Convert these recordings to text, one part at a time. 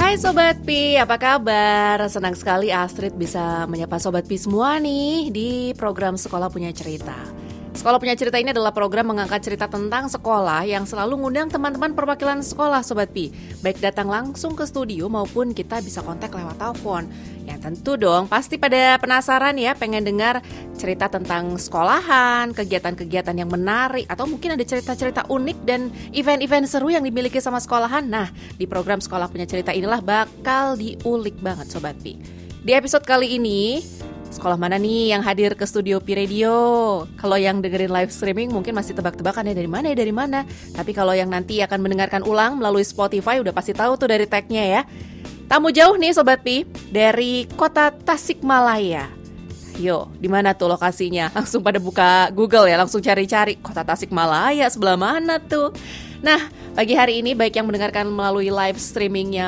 Hai Sobat Pi, apa kabar? Senang sekali Astrid bisa menyapa Sobat Pi semua nih di program Sekolah Punya Cerita. Sekolah Punya Cerita ini adalah program mengangkat cerita tentang sekolah yang selalu ngundang teman-teman perwakilan sekolah Sobat Pi. Baik datang langsung ke studio maupun kita bisa kontak lewat telepon. Ya tentu dong, pasti pada penasaran ya pengen dengar cerita tentang sekolahan, kegiatan-kegiatan yang menarik, atau mungkin ada cerita-cerita unik dan event-event seru yang dimiliki sama sekolahan. Nah, di program Sekolah Punya Cerita inilah bakal diulik banget Sobat Pi. Di episode kali ini, sekolah mana nih yang hadir ke studio Pi Radio? Kalau yang dengerin live streaming mungkin masih tebak-tebakan ya dari mana. Tapi kalau yang nanti akan mendengarkan ulang melalui Spotify udah pasti tahu tuh dari tagnya ya. Tamu jauh nih Sobat Pi, dari kota Tasikmalaya. Yo, di mana tuh lokasinya? Langsung pada buka Google ya, langsung cari-cari kota Tasikmalaya sebelah mana tuh. Nah, pagi hari ini baik yang mendengarkan melalui live streamingnya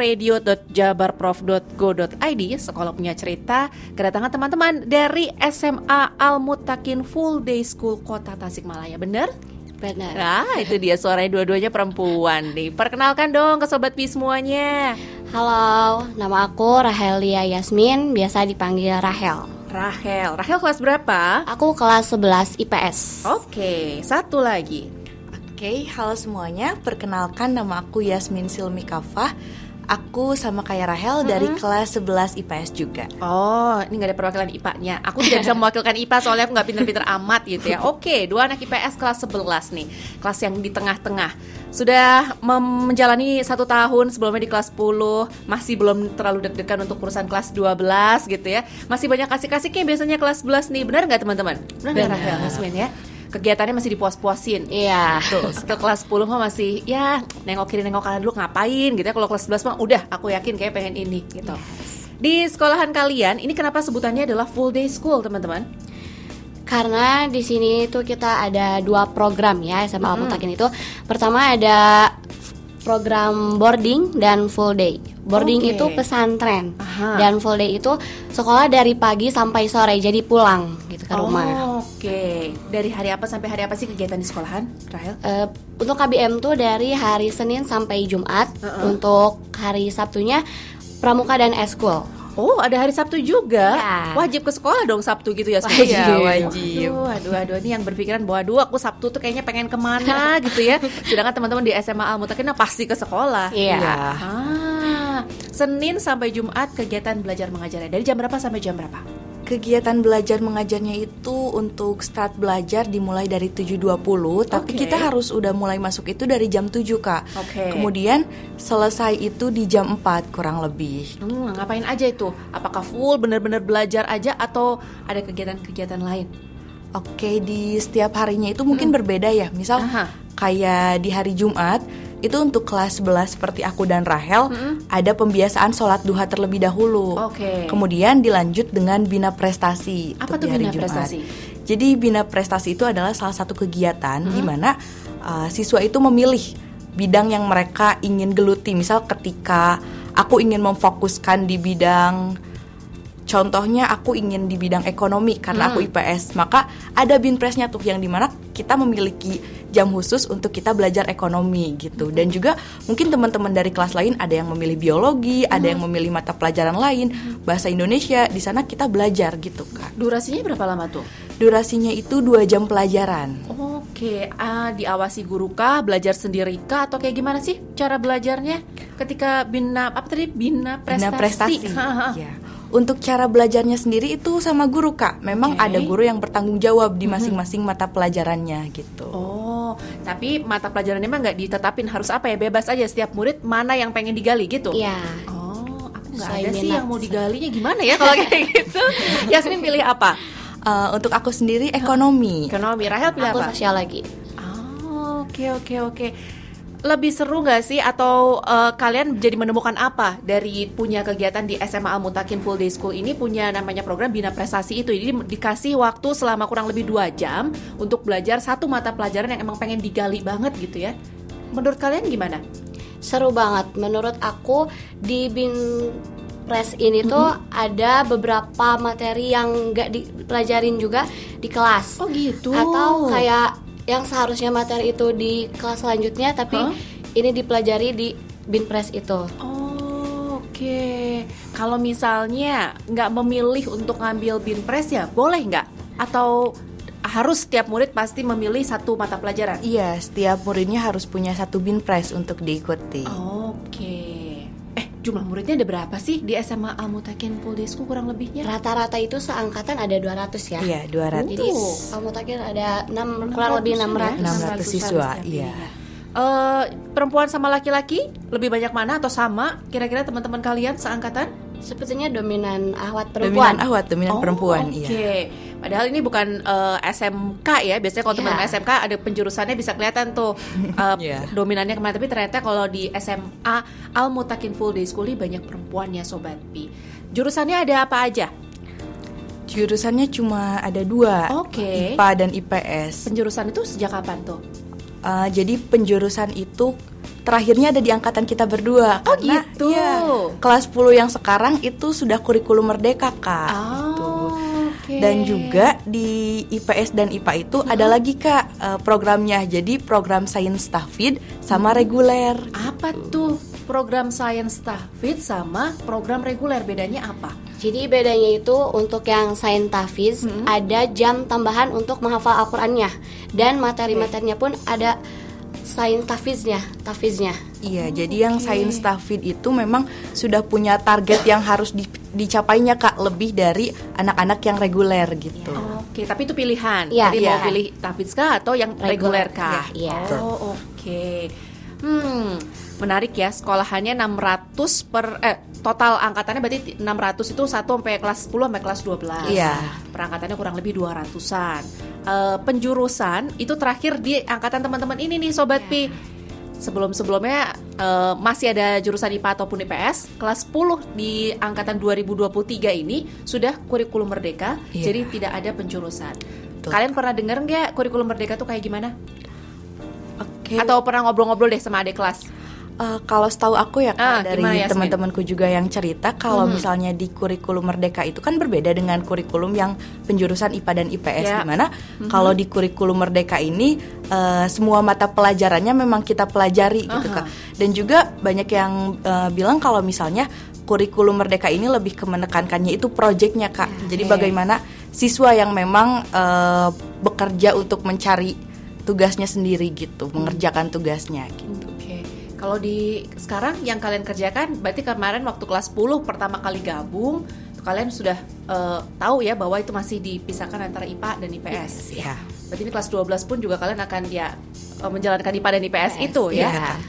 piradio.jabarprof.go.id, Sekolah Punya Cerita, kedatangan teman-teman dari SMA Al-Mutakin Full Day School Kota Tasikmalaya, bener? Benar. Nah, itu dia suaranya dua-duanya perempuan nih. Perkenalkan dong ke Sobat Pi semuanya. Halo, nama aku Rahelia Yasmin, biasa dipanggil Rahel. Rahel kelas berapa? Aku kelas 11 IPS. Oke, satu lagi. Oke, halo semuanya. Perkenalkan nama aku Yasmin Silmi Kafah. Aku sama kayak Rahel dari kelas 11 IPS juga. Oh, ini gak ada perwakilan IPA-nya. Aku tidak bisa mewakilkan IPA soalnya aku gak pinter-pinter amat gitu ya. Oke, dua anak IPS kelas 11 nih. Kelas yang di tengah-tengah. Sudah menjalani 1 tahun, sebelumnya di kelas 10. Masih belum terlalu deg-degan untuk urusan kelas 12 gitu ya. Masih banyak kasih-kasihnya biasanya kelas 11 nih. Benar gak teman-teman? Benar gak Rahel, Yasmin ya? Kegiatannya masih dipuas-puasin. Iya. Tuh, setelah kelas 10 mah masih ya nengok kiri nengok kanan dulu ngapain gitu ya. Kalau kelas 11 mah udah aku yakin kayak pengen ini gitu. Yes. Di sekolahan kalian ini kenapa sebutannya adalah full day school, teman-teman? Karena di sini tuh kita ada 2 program ya SMA Al-Mutakin itu. Pertama ada program boarding dan full day. Boarding itu pesantren. Dan full day itu sekolah dari pagi sampai sore, jadi pulang gitu ke rumah. Oke. Dari hari apa sampai hari apa sih kegiatan di sekolahan, Rahel? Untuk KBM tuh dari hari Senin sampai Jumat. Untuk hari Sabtunya pramuka dan eskul. Oh, ada hari Sabtu juga. Ya. Wajib ke sekolah dong Sabtu gitu ya? Wajib. Aduh, ini yang berpikiran bahwa aku Sabtu tuh kayaknya pengen kemana gitu ya. Sedangkan teman-teman di SMA Al-Mutakin pasti ke sekolah. Iya. Senin sampai Jumat kegiatan belajar mengajarnya. Dari jam berapa sampai jam berapa? Kegiatan belajar mengajarnya itu untuk start belajar dimulai dari 7.20, tapi kita harus udah mulai masuk itu dari jam 7, Kak. Kemudian selesai itu di jam 4 kurang lebih. Ngapain aja itu? Apakah full benar-benar belajar aja atau ada kegiatan-kegiatan lain? Oke, di setiap harinya itu mungkin berbeda ya. Misal kayak di hari Jumat itu untuk kelas 11 seperti aku dan Rahel ada pembiasaan sholat duha terlebih dahulu. Kemudian dilanjut dengan bina prestasi. Apa tuh bina prestasi? Jadi bina prestasi itu adalah salah satu kegiatan di mana siswa itu memilih bidang yang mereka ingin geluti. Misal ketika aku ingin memfokuskan di bidang, contohnya aku ingin di bidang ekonomi karena aku IPS, maka ada binpresnya tuh yang dimana kita memiliki jam khusus untuk kita belajar ekonomi gitu. Dan juga mungkin teman-teman dari kelas lain ada yang memilih biologi, ada yang memilih mata pelajaran lain, bahasa Indonesia. Di sana kita belajar gitu, Kak. Durasinya berapa lama tuh? Durasinya itu 2 jam pelajaran. Oke, diawasi guru kah, belajar sendiri kah, atau kayak gimana sih cara belajarnya ketika bina prestasi? Bina prestasi. Ya. Untuk cara belajarnya sendiri itu sama guru, Kak. Memang ada guru yang bertanggung jawab di masing-masing mata pelajarannya gitu. Oh, tapi mata pelajarannya mah nggak ditetapin harus apa ya? Bebas aja setiap murid mana yang pengen digali gitu? Iya. Oh, aku nggak ada sih yang mau digalinya gimana ya kalau kayak gitu. Yasmin pilih apa? Untuk aku sendiri ekonomi. Ekonomi. Rahel pilih aku apa? Sosiologi. Oke. Lebih seru gak sih atau kalian jadi menemukan apa dari punya kegiatan di SMA Al-Mutakin Full Day School ini, punya namanya program Bina Prestasi itu. Jadi dikasih waktu selama kurang lebih 2 jam untuk belajar satu mata pelajaran yang emang pengen digali banget gitu ya. Menurut kalian gimana? Seru banget. Menurut aku di Binpres ini tuh ada beberapa materi yang gak dipelajarin juga di kelas. Oh gitu. Atau kayak yang seharusnya materi itu di kelas selanjutnya tapi ini dipelajari di Binpres itu. Oke, kalau misalnya nggak memilih untuk ngambil binpres ya boleh nggak? Atau harus setiap murid pasti memilih satu mata pelajaran? Iya, setiap muridnya harus punya satu binpres untuk diikuti. Oke. Jumlah muridnya ada berapa sih di SMA Al-Mutakin Full Day School kurang lebihnya? Rata-rata itu seangkatan ada 200 ya. Iya, 200. Jadi Al-Mutakin ada kurang lebih 600 siswa, iya. Perempuan sama laki-laki lebih banyak mana atau sama? Kira-kira teman-teman kalian seangkatan? Sepertinya dominan ahwat perempuan. Dominan perempuan, Oke. iya. Padahal ini bukan SMK ya. Biasanya kalau teman-teman SMK ada penjurusannya bisa kelihatan tuh dominannya kemana. Tapi ternyata kalau di SMA Al-Mutakin Full Day School ini banyak perempuan ya Sobat Pi. Jurusannya ada apa aja? Jurusannya cuma ada 2, Oke. IPA dan IPS. Penjurusan itu sejak kapan tuh? Jadi penjurusan itu terakhirnya ada di angkatan kita berdua. Oh karena, gitu. Iya, kelas 10 yang sekarang itu sudah kurikulum merdeka, Kak. Gitu. Okay. Dan juga di IPS dan IPA itu ada lagi, Kak, programnya. Jadi program Sains Tahfidz sama reguler. Apa tuh program Sains Tahfidz sama program reguler, bedanya apa? Jadi bedanya itu untuk yang Sains Tahfidz ada jam tambahan untuk menghafal Al-Qur'annya. Dan materi-materinya pun ada Sains Tahfidznya. Iya, jadi yang Sains Tahfidz itu memang sudah punya target yang harus dicapainya, Kak, lebih dari anak-anak yang reguler gitu. Oke, tapi itu pilihan. Iya, Jadi mau pilih Tahfidz kah atau yang reguler kah? Iya. Oh, oke. Menarik ya, sekolahannya 600 total angkatannya berarti 600 itu 1 sampai kelas 10 sampai kelas 12. Iya. Perangkatannya kurang lebih 200-an. Penjurusan itu terakhir di angkatan teman-teman ini nih Sobat Pi. Sebelum-sebelumnya masih ada jurusan IPA ataupun IPS. Kelas 10 di angkatan 2023 ini sudah kurikulum merdeka, jadi tidak ada penjurusan. Betul. Kalian pernah dengar nggak kurikulum merdeka tuh kayak gimana? Oke. Atau pernah ngobrol-ngobrol deh sama adik kelas? Kalau setahu aku ya, Kak, dari teman-temanku juga yang cerita kalau misalnya di kurikulum merdeka itu kan berbeda dengan kurikulum yang penjurusan IPA dan IPS, di mana kalau di kurikulum merdeka ini semua mata pelajarannya memang kita pelajari gitu, Kak. Dan juga banyak yang bilang kalau misalnya kurikulum merdeka ini lebih ke menekankannya itu proyeknya, Kak. Jadi bagaimana siswa yang memang bekerja untuk mencari tugasnya sendiri gitu, mengerjakan tugasnya gitu. Kalau di sekarang yang kalian kerjakan, berarti kemarin waktu kelas 10 pertama kali gabung, kalian sudah tahu ya bahwa itu masih dipisahkan antara IPA dan IPS. Iya. Berarti ini kelas 12 pun juga kalian akan menjalankan IPA dan IPS itu ya.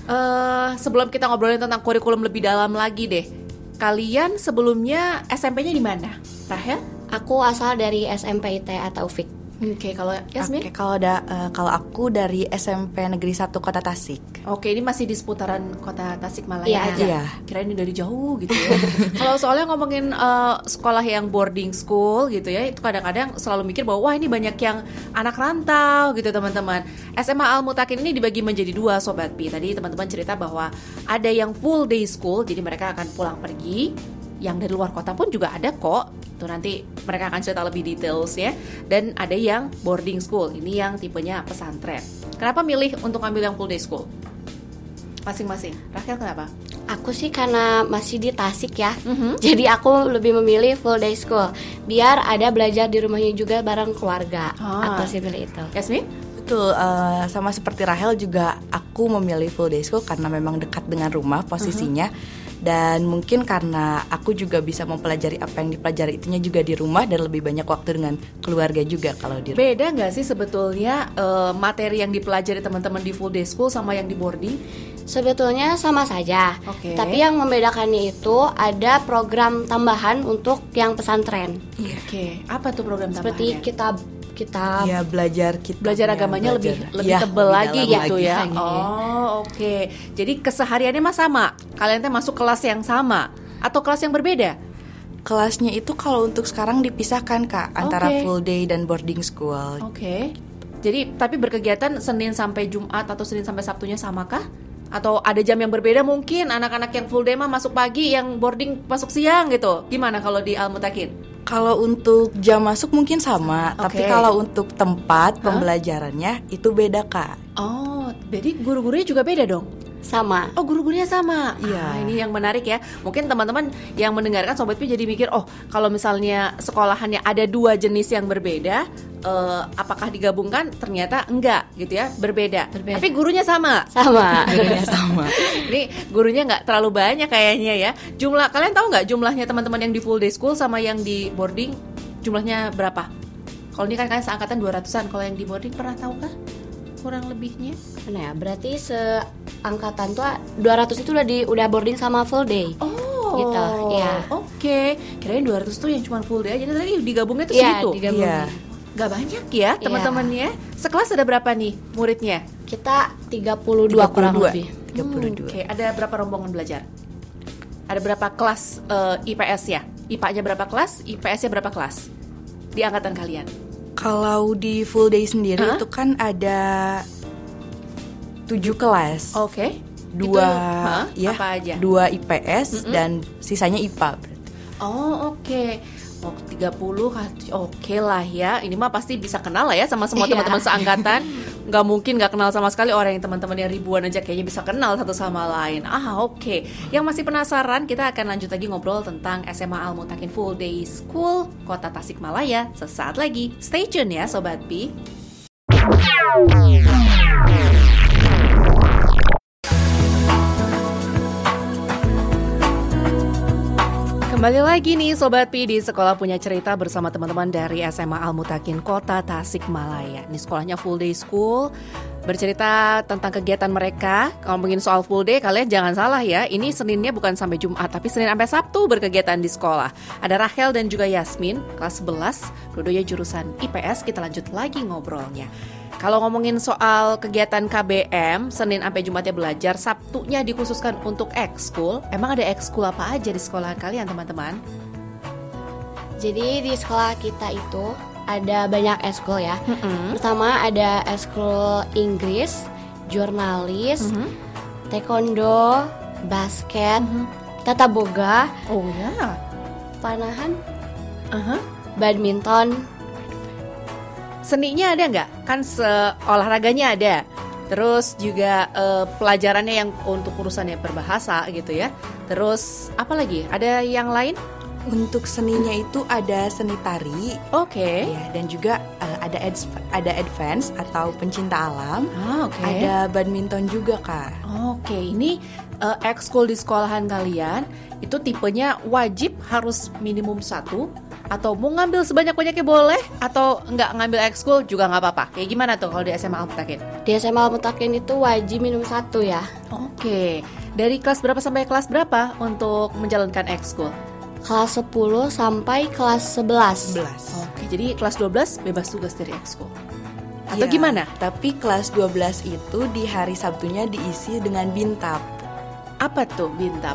Sebelum kita ngobrolin tentang kurikulum lebih dalam lagi deh, kalian sebelumnya SMP-nya di mana, Rahel? Aku asal dari SMP IT Taufik. Oke, kalau Yasmin? Oke, kalau aku dari SMP Negeri 1 Kota Tasik. Oke, ini masih di seputaran Kota Tasikmalaya aja. Iya. Kirain ini dari jauh gitu ya. Kalau soalnya ngomongin sekolah yang boarding school gitu ya, itu kadang-kadang selalu mikir bahwa wah ini banyak yang anak rantau gitu teman-teman. SMA Al-Mutakin ini dibagi menjadi 2 Sobat Pi. Tadi teman-teman cerita bahwa ada yang full day school, jadi mereka akan pulang pergi. Yang dari luar kota pun juga ada kok. Itu nanti mereka akan cerita lebih details ya. Dan ada yang boarding school. Ini yang tipenya pesantren. Kenapa milih untuk ambil yang full day school? Masing-masing. Rahel kenapa? Aku sih karena masih di Tasik ya. Jadi aku lebih memilih full day school. Biar ada belajar di rumahnya juga bareng keluarga. Aku sih pilih itu. Yasmin? Betul, sama seperti Rahel juga aku memilih full day school karena memang dekat dengan rumah posisinya. Dan mungkin karena aku juga bisa mempelajari apa yang dipelajari itunya juga di rumah dan lebih banyak waktu dengan keluarga juga kalau di rumah. Beda nggak sih sebetulnya materi yang dipelajari teman-teman di full day school sama yang di boarding? Sebetulnya sama saja. Tapi yang membedakannya itu ada program tambahan untuk yang pesantren. Oke, apa tuh program tambahannya? Seperti kitab ya belajar agamanya lebih tebel lagi gitu ya. Oke. Jadi kesehariannya mah sama. Kalian teh masuk kelas yang sama atau kelas yang berbeda? Kelasnya itu kalau untuk sekarang dipisahkan, Kak, antara full day dan boarding school. Oke. Jadi tapi berkegiatan Senin sampai Jumat atau Senin sampai Sabtunya sama kah? Atau ada jam yang berbeda mungkin? Anak-anak yang full day mah masuk pagi, yang boarding masuk siang gitu. Gimana kalau di Al-Mutakin? Kalau untuk jam masuk mungkin sama, tapi kalau untuk tempat pembelajarannya itu beda, Kak. Oh, jadi guru-gurunya juga beda dong? sama. Oh, guru-gurunya sama. Iya. Ini yang menarik ya. Mungkin teman-teman yang mendengarkan Sobat Pi jadi mikir, oh kalau misalnya sekolahannya ada 2 jenis yang berbeda, apakah digabungkan? Ternyata enggak gitu ya, berbeda. Tapi gurunya sama. Sama. Gurunya sama. Ini gurunya nggak terlalu banyak kayaknya ya. Kalian tahu nggak jumlahnya teman-teman yang di full day school sama yang di boarding jumlahnya berapa? Kalau ini kan kalian seangkatan 200-an. Kalau yang di boarding pernah tahu kah? Kurang lebihnya? Nah ya, berarti seangkatan tuh 200 itu udah boarding sama full day. Oh, gitu. Ya. Oke. Kirain 200 tuh yang cuma full day aja. Tadi digabungnya tuh Iya, segitu. digabungin. Iya. Gak banyak ya teman-temannya. Sekelas ada berapa nih muridnya? Kita 32 kurang lebih. 32. Oke, ada berapa rombongan belajar? Ada berapa kelas IPS ya? IPA-nya berapa kelas? IPS-nya berapa kelas? Di angkatan kalian? Kalau di full day sendiri itu kan ada 7 kelas. Oke. Dua Itu, ya, apa aja? 2 IPS dan sisanya IPA berarti. Oh, oke. Oh, 30 oke lah ya. Ini mah pasti bisa kenal lah ya sama semua Iya. teman-teman seangkatan. Nggak mungkin nggak kenal sama sekali. Orang yang teman-teman yang ribuan aja kayaknya bisa kenal satu sama lain. Oke. Yang masih penasaran, kita akan lanjut lagi ngobrol tentang SMA Al Mutakin Full Day School Kota Tasikmalaya sesaat lagi. Stay tune ya Sobat Pi. Kembali lagi nih Sobat Pi di Sekolah Punya Cerita bersama teman-teman dari SMA Al Mutakin Kota Tasikmalaya. Ini sekolahnya full day school, bercerita tentang kegiatan mereka. Kalau ngomongin soal full day, kalian jangan salah ya. Ini Seninnya bukan sampai Jumat, tapi Senin sampai Sabtu berkegiatan di sekolah. Ada Rachel dan juga Yasmin, kelas 11, dua-duanya jurusan IPS. Kita lanjut lagi ngobrolnya. Kalau ngomongin soal kegiatan KBM, Senin sampai Jumatnya belajar, Sabtunya dikhususkan untuk ekskul. Emang ada ekskul apa aja di sekolah kalian, teman-teman? Jadi di sekolah kita itu ada banyak eskul ya. Pertama ada eskul Inggris, jurnalis, taekwondo, basket, tata boga, Oh ya. panahan, badminton. Seninya ada nggak? Kan olahraganya ada. Terus juga pelajarannya yang untuk urusannya berbahasa gitu ya. Terus apa lagi? Ada yang lain? Untuk seninya itu ada seni tari, Oke. ya, dan juga ada advance atau pencinta alam. Oke. Ada badminton juga, Kak. Oke, ini ekskul di sekolahan kalian itu tipenya wajib harus minimum 1 atau mau ngambil sebanyak-banyaknya boleh atau nggak ngambil ekskul juga nggak apa-apa. Kayak gimana tuh kalau di SMA Al Mutakin? Di SMA Al Mutakin itu wajib minum 1 ya. Oke. Dari kelas berapa sampai kelas berapa untuk menjalankan ekskul? Kelas 10 sampai kelas 11. 11. Oke, jadi kelas 12 bebas tugas dari ekskul. Atau Iya, gimana? Tapi kelas 12 itu di hari Sabtunya diisi dengan bintap, Apa tuh bintap?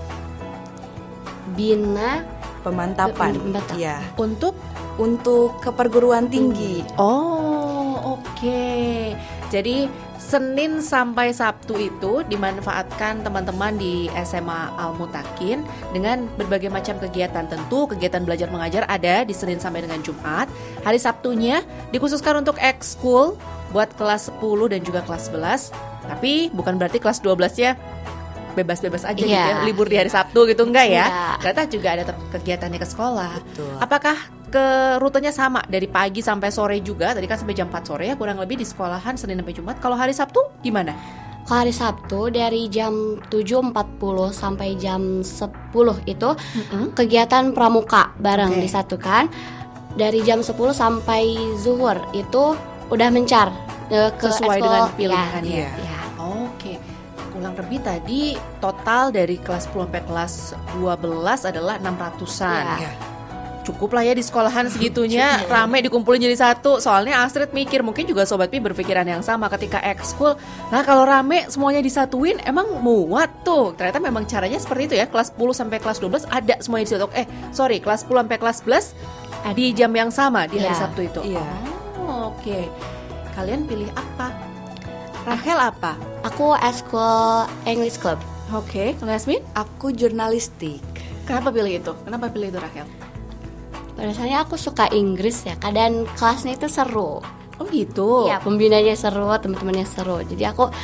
Bina pemantapan. Pemantap. Iya, Untuk ke perguruan tinggi. Oh, oke. Jadi Senin sampai Sabtu itu dimanfaatkan teman-teman di SMA Al Mutakin dengan berbagai macam kegiatan. Tentu kegiatan belajar mengajar ada di Senin sampai dengan Jumat. Hari Sabtunya dikhususkan untuk ekskul buat kelas 10 dan juga kelas 11. Tapi bukan berarti kelas 12 ya bebas-bebas aja gitu ya, libur di hari Sabtu gitu, enggak ya? Ternyata juga ada kegiatannya ke sekolah. Betul. Apakah ke rutenya sama dari pagi sampai sore juga? Tadi kan sampai jam 4 sore ya kurang lebih di sekolahan Senin sampai Jumat. Kalau hari Sabtu gimana? Kalau hari Sabtu dari jam 7.40 sampai jam 10 itu kegiatan pramuka bareng disatukan. Dari jam 10 sampai zuhur itu udah mencar ke Sesuai eskul, dengan pilihannya. Ya. Oke. Kurang lebih tadi total dari kelas 10 sampai kelas 12 adalah 600-an. Iya. Cukup lah ya di sekolahan segitunya, rame dikumpulin jadi satu. Soalnya Astrid mikir, mungkin juga Sobat Pi berpikiran yang sama ketika ekskul. Nah kalau rame semuanya disatuin, emang muat tuh. Ternyata memang caranya seperti itu ya. Kelas 10 sampai kelas 12 ada semuanya di situ. Kelas 10 sampai kelas 11 di jam yang sama di hari Iya. Sabtu itu. Iya. Oke. Kalian pilih apa? Rachel apa? Aku eskul English Club. Oke, kalau Yasmin? Aku jurnalistik. Kenapa pilih itu? Kenapa pilih itu Rachel? Biasanya aku suka Inggris ya, dan kelasnya itu seru. Oh gitu. Iya, pembinanya seru, teman-temannya seru. Jadi aku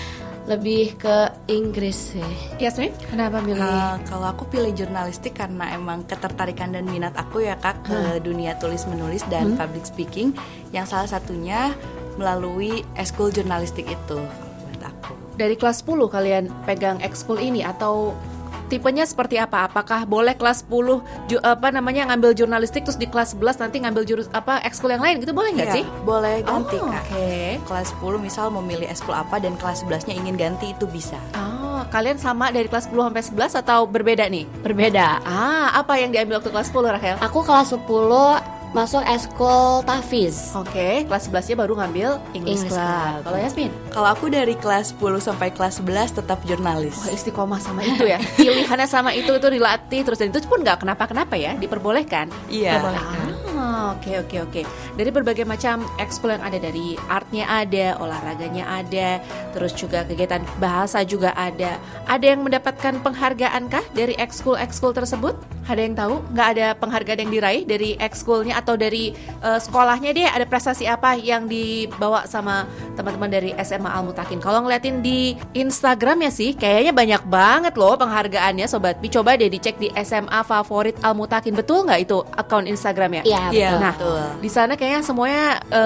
lebih ke Inggris sih. Yasmin, kenapa milih? Kalau aku pilih jurnalistik karena emang ketertarikan dan minat aku ya Kak ke dunia tulis menulis dan public speaking, yang salah satunya melalui ekskul jurnalistik itu buat aku. Dari kelas 10 kalian pegang ekskul ini atau tipenya seperti apa? Apakah boleh kelas 10 ngambil jurnalistik terus di kelas 11 nanti ngambil ekskul yang lain gitu, boleh nggak sih? Boleh ganti Kak. Oke. Kelas 10 misal memilih ekskul apa dan kelas 11-nya ingin ganti itu bisa. Oh, kalian sama dari kelas 10 sampai 11 atau berbeda nih? Berbeda. Apa yang diambil waktu kelas 10, Rachel? Aku kelas 10 masuk ekskul tahfiz. Oke, kelas 11-nya baru ngambil English Club. Kalau Yasmin? Kalau aku dari kelas 10 sampai kelas 11 tetap jurnalis. Wah, istiqomah sama itu ya. Pilihannya sama itu dilatih terus, dan itu pun nggak kenapa-kenapa ya, diperbolehkan. Iya. Oke. Dari berbagai macam ekskul yang ada, dari artnya ada, olahraganya ada, terus juga kegiatan bahasa juga ada. Ada yang mendapatkan penghargaan kah dari ekskul tersebut? Ada yang tahu? Nggak ada penghargaan yang diraih dari ekskulnya atau dari sekolahnya deh? Ada prestasi apa yang dibawa sama teman-teman dari SMA Al-Mutakin? Kalau ngeliatin di Instagram ya sih, kayaknya banyak banget loh penghargaannya Sobat Pi. Coba deh dicek di SMA Favorit Al-Mutakin. Betul nggak itu akun Instagramnya? Iya, betul. Nah, di sana kayaknya semuanya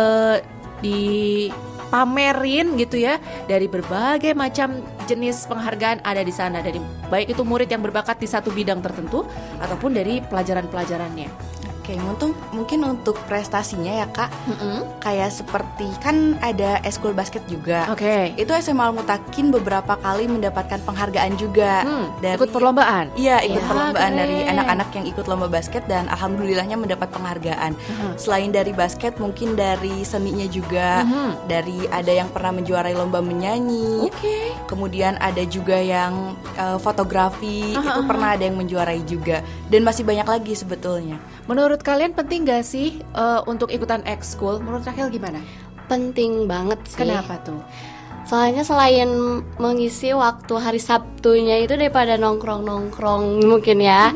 dipamerin gitu ya, dari berbagai macam jenis penghargaan ada di sana, dari baik itu murid yang berbakat di satu bidang tertentu ataupun dari pelajaran-pelajarannya. Oke, mungkin untuk prestasinya ya Kak, kayak seperti kan ada ekskul basket juga. Oke. Itu SMA Al-Mutakin beberapa kali mendapatkan penghargaan juga. Dari, ikut perlombaan? Iya, ikut perlombaan keren. dari anak-anak yang ikut lomba basket dan alhamdulillahnya mendapat penghargaan. Selain dari basket, mungkin dari seninya juga. Dari ada yang pernah menjuarai lomba menyanyi. Oke. Kemudian ada juga yang fotografi, itu pernah ada yang menjuarai juga. Dan masih banyak lagi sebetulnya. Menurut kalian penting gak sih untuk ikutan ekskul? Menurut Rachel gimana? Penting banget sih. Kenapa tuh? Soalnya selain mengisi waktu hari Sabtunya itu daripada nongkrong mungkin ya,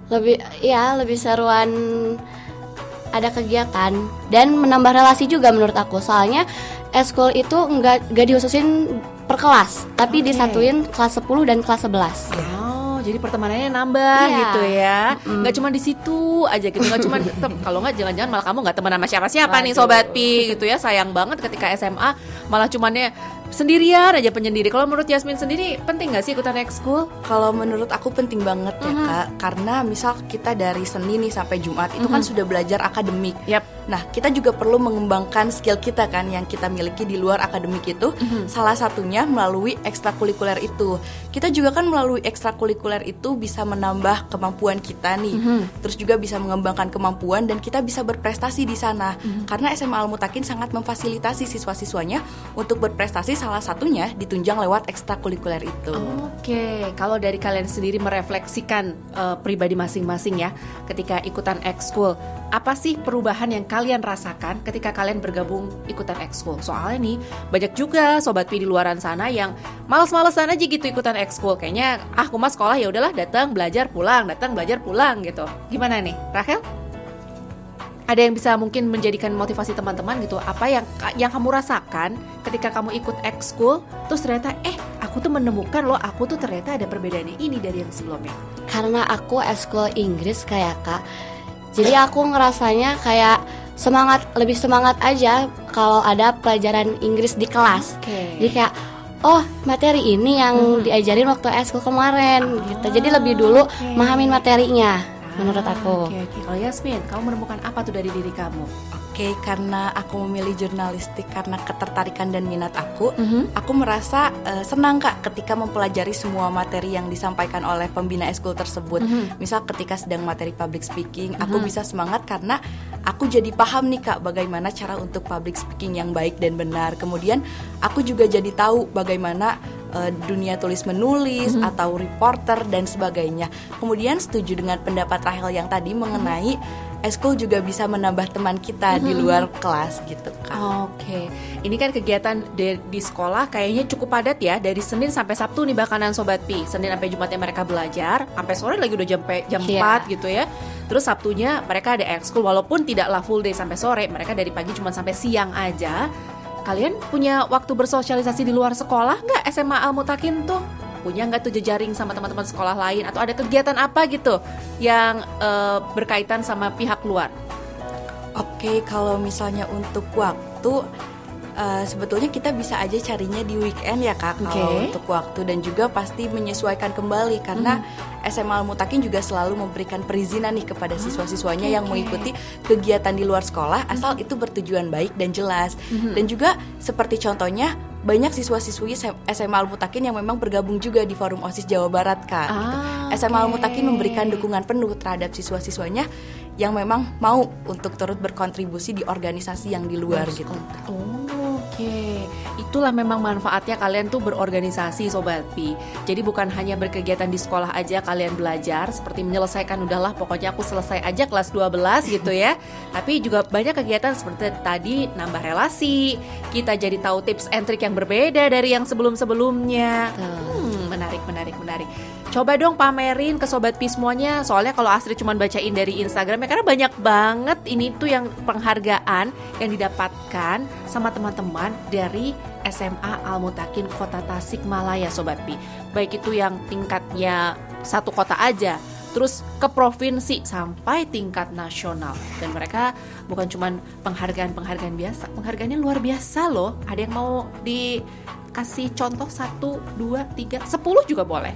lebih seruan ada kegiatan dan menambah relasi juga menurut aku. Soalnya ekskul itu nggak dihususin per kelas, tapi disatuin kelas 10 dan kelas 11. Jadi pertemanannya nambah gitu ya. Nggak cuma di situ aja gitu. Nggak cuma kalau nggak jangan-jangan malah kamu nggak teman sama siapa-siapa nih Sobat Pi gitu ya. Sayang banget ketika SMA malah cumannya sendirian aja penyendiri. Kalau menurut Yasmin sendiri penting nggak sih ikutan ekskul? Kalau menurut aku penting banget ya Kak, karena misal kita dari Senin nih sampai Jumat itu kan sudah belajar akademik. Nah, kita juga perlu mengembangkan skill kita kan yang kita miliki di luar akademik itu. Salah satunya melalui ekstrakurikuler itu. Kita juga kan melalui ekstrakurikuler itu bisa menambah kemampuan kita nih. Terus juga bisa mengembangkan kemampuan dan kita bisa berprestasi di sana. Karena SMA Al-Mutakin sangat memfasilitasi siswa-siswanya untuk berprestasi, salah satunya ditunjang lewat ekstrakurikuler itu. Oke, kalau dari kalian sendiri merefleksikan pribadi masing-masing ya, ketika ikutan ekskul, apa sih perubahan yang kalian rasakan ketika kalian bergabung ikutan ekskul? Soalnya nih banyak juga Sobat Pi di luaran sana yang malas-malesan aja gitu ikutan ekskul. Kayaknya aku mah sekolah ya udahlah, datang belajar pulang gitu. Gimana nih, Rachel? Ada yang bisa mungkin menjadikan motivasi teman-teman gitu? Apa yang kamu rasakan ketika kamu ikut ekskul, terus ternyata aku tuh menemukan loh, aku tuh ternyata ada perbedaan ini dari yang sebelumnya. Karena aku ekskul Inggris kayak Kak, jadi aku ngerasanya kayak lebih semangat aja kalau ada pelajaran Inggris di kelas. Jadi kayak materi ini yang diajarin waktu ekskul kemarin gitu. Jadi lebih dulu mahamin materinya. Menurut aku. Oke. Kalau Yasmin, kamu menemukan apa tuh dari diri kamu? Oke, karena aku memilih jurnalistik karena ketertarikan dan minat aku merasa senang Kak ketika mempelajari semua materi yang disampaikan oleh pembina ekskul tersebut. Misal ketika sedang materi public speaking, aku bisa semangat karena aku jadi paham nih Kak bagaimana cara untuk public speaking yang baik dan benar. Kemudian aku juga jadi tahu bagaimana dunia tulis menulis atau reporter dan sebagainya. Kemudian setuju dengan pendapat Rachel yang tadi mengenai ekskul juga bisa menambah teman kita di luar kelas gitu Kak. Oke. Ini kan kegiatan di sekolah kayaknya cukup padat ya, dari Senin sampai Sabtu nih bakanan Sobat Pi. Senin sampai Jumatnya mereka belajar, sampai sore lagi udah jam 4 gitu ya. Terus Sabtunya mereka ada ekskul, walaupun tidaklah full day sampai sore, mereka dari pagi cuma sampai siang aja. kalian punya waktu bersosialisasi di luar sekolah nggak SMA Al Mutakin tuh? Punya nggak tuh jejaring sama teman-teman sekolah lain? Atau ada kegiatan apa gitu yang berkaitan sama pihak luar? Oke, kalau misalnya untuk waktu, sebetulnya kita bisa aja carinya di weekend ya Kak, kalau untuk waktu, dan juga pasti menyesuaikan kembali karena SMA Al Mutakin juga selalu memberikan perizinan nih kepada siswa-siswanya yang mengikuti kegiatan di luar sekolah asal itu bertujuan baik dan jelas. Dan juga seperti contohnya banyak siswa-siswi SMA Al Mutakin yang memang bergabung juga di Forum OSIS Jawa Barat Kak. SMA Al Mutakin memberikan dukungan penuh terhadap siswa-siswanya yang memang mau untuk turut berkontribusi di organisasi yang di luar gitu. Oke, itulah memang manfaatnya kalian tuh berorganisasi Sobat Pi. Jadi bukan hanya berkegiatan di sekolah aja kalian belajar, seperti menyelesaikan udahlah pokoknya aku selesai aja kelas 12 gitu ya. Tapi juga banyak kegiatan seperti tadi, nambah relasi, kita jadi tahu tips and trick yang berbeda dari yang sebelum-sebelumnya. Menarik. Coba dong pamerin ke Sobat Pi semuanya. Soalnya kalau Astrid cuma bacain dari Instagramnya, karena banyak banget ini tuh yang penghargaan yang didapatkan sama teman-teman dari SMA Al Mutakin Kota Tasikmalaya Sobat Pi. Baik itu yang tingkatnya satu kota aja, terus ke provinsi sampai tingkat nasional. Dan mereka bukan cuma penghargaan biasa, penghargaannya luar biasa loh. Ada yang mau dikasih contoh 1, 2, 3, 10 juga boleh.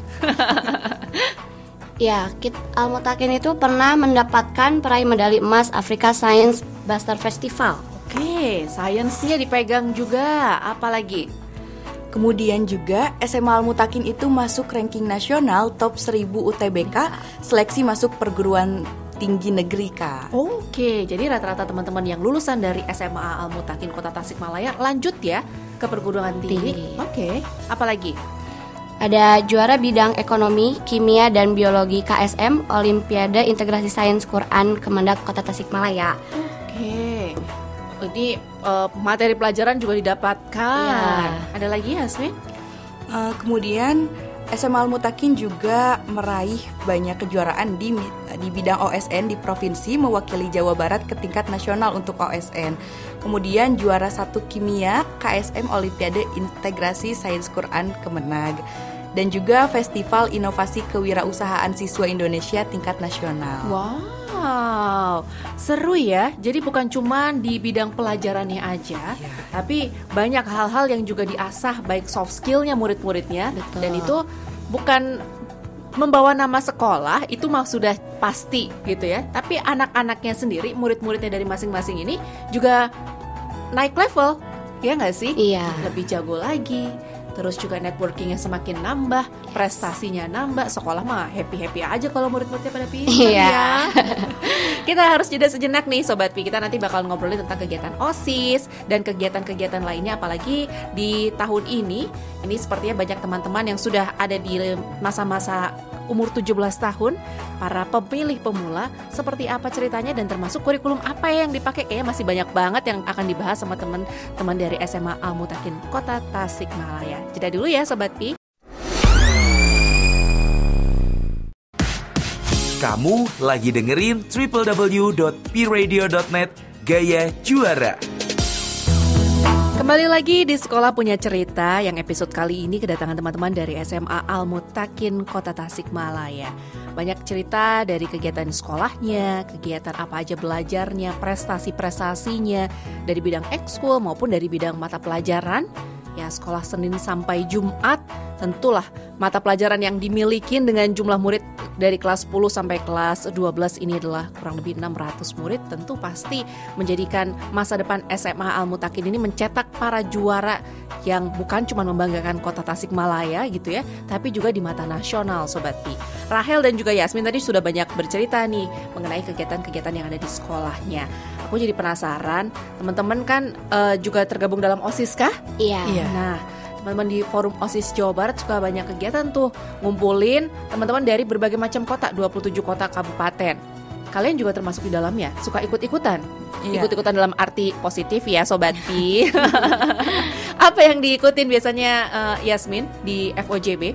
Ya, Al Mutakin itu pernah mendapatkan peraih medali emas Africa Science Buster Festival. Oke, sainsnya dipegang juga. Apalagi? Kemudian juga SMA Al Mutakin itu masuk ranking nasional top 1000 UTBK seleksi masuk perguruan tinggi negeri Kak. Oke, jadi rata-rata teman-teman yang lulusan dari SMA Al Mutakin Kota Tasikmalaya lanjut ya ke perguruan tinggi. Oke, apalagi? Ada juara bidang ekonomi, kimia, dan biologi KSM Olimpiade Integrasi Sains Quran Kemendak Kota Tasikmalaya. Oke, ini materi pelajaran juga didapatkan. Ada lagi Yasmin? Kemudian SMA Al Mutakin juga meraih banyak kejuaraan di bidang OSN di provinsi, mewakili Jawa Barat ke tingkat nasional untuk OSN. Kemudian juara 1 kimia KSM Olimpiade Integrasi Sains Quran Kemenag. Dan juga Festival Inovasi Kewirausahaan Siswa Indonesia tingkat nasional. Wow, seru ya. Jadi bukan cuma di bidang pelajarannya aja, tapi banyak hal-hal yang juga diasah, baik soft skillnya murid-muridnya. Betul. Dan itu bukan membawa nama sekolah, itu mah sudah pasti gitu ya. Tapi anak-anaknya sendiri, murid-muridnya dari masing-masing ini juga naik level, ya nggak sih? Iya. Lebih jago lagi. Terus juga networkingnya semakin nambah, prestasinya nambah, sekolah mah happy-happy aja kalau murid-muridnya pada pintar ya. Kita harus jeda sejenak nih Sobat Pi, kita nanti bakal ngobrolin tentang kegiatan OSIS dan kegiatan-kegiatan lainnya, apalagi di tahun ini sepertinya banyak teman-teman yang sudah ada di masa-masa umur 17 tahun, para pemilih pemula, seperti apa ceritanya dan termasuk kurikulum apa yang dipakai. Kayaknya masih banyak banget yang akan dibahas sama teman-teman dari SMA Al Mutakin Kota Tasikmalaya. Jeda dulu ya Sobat Pi. Kamu lagi dengerin www.pradio.net Gaya Juara. Kembali lagi di Sekolah Punya Cerita, yang episode kali ini kedatangan teman-teman dari SMA Al Mutakin Kota Tasikmalaya. Banyak cerita dari kegiatan sekolahnya, kegiatan apa aja belajarnya, prestasi-prestasinya, dari bidang ekskul maupun dari bidang mata pelajaran. Ya, sekolah Senin sampai Jumat, tentulah mata pelajaran yang dimiliki dengan jumlah murid dari kelas 10 sampai kelas 12 ini adalah kurang lebih 600 murid. Tentu pasti menjadikan masa depan SMA Al Mutakin ini mencetak para juara yang bukan cuma membanggakan Kota Tasikmalaya gitu ya, tapi juga di mata nasional Sobat Pi. Rahel dan juga Yasmin tadi sudah banyak bercerita nih mengenai kegiatan-kegiatan yang ada di sekolahnya. Aku jadi penasaran, teman-teman kan juga tergabung dalam OSIS kah? Iya. Nah, teman-teman di Forum OSIS Jawa Barat suka banyak kegiatan tuh, ngumpulin teman-teman dari berbagai macam kota, 27 kota kabupaten. Kalian juga termasuk di dalamnya, suka ikut-ikutan? Iya. Ikut-ikutan dalam arti positif ya Sobat Pi. Apa yang diikutin biasanya Yasmin di FOJB?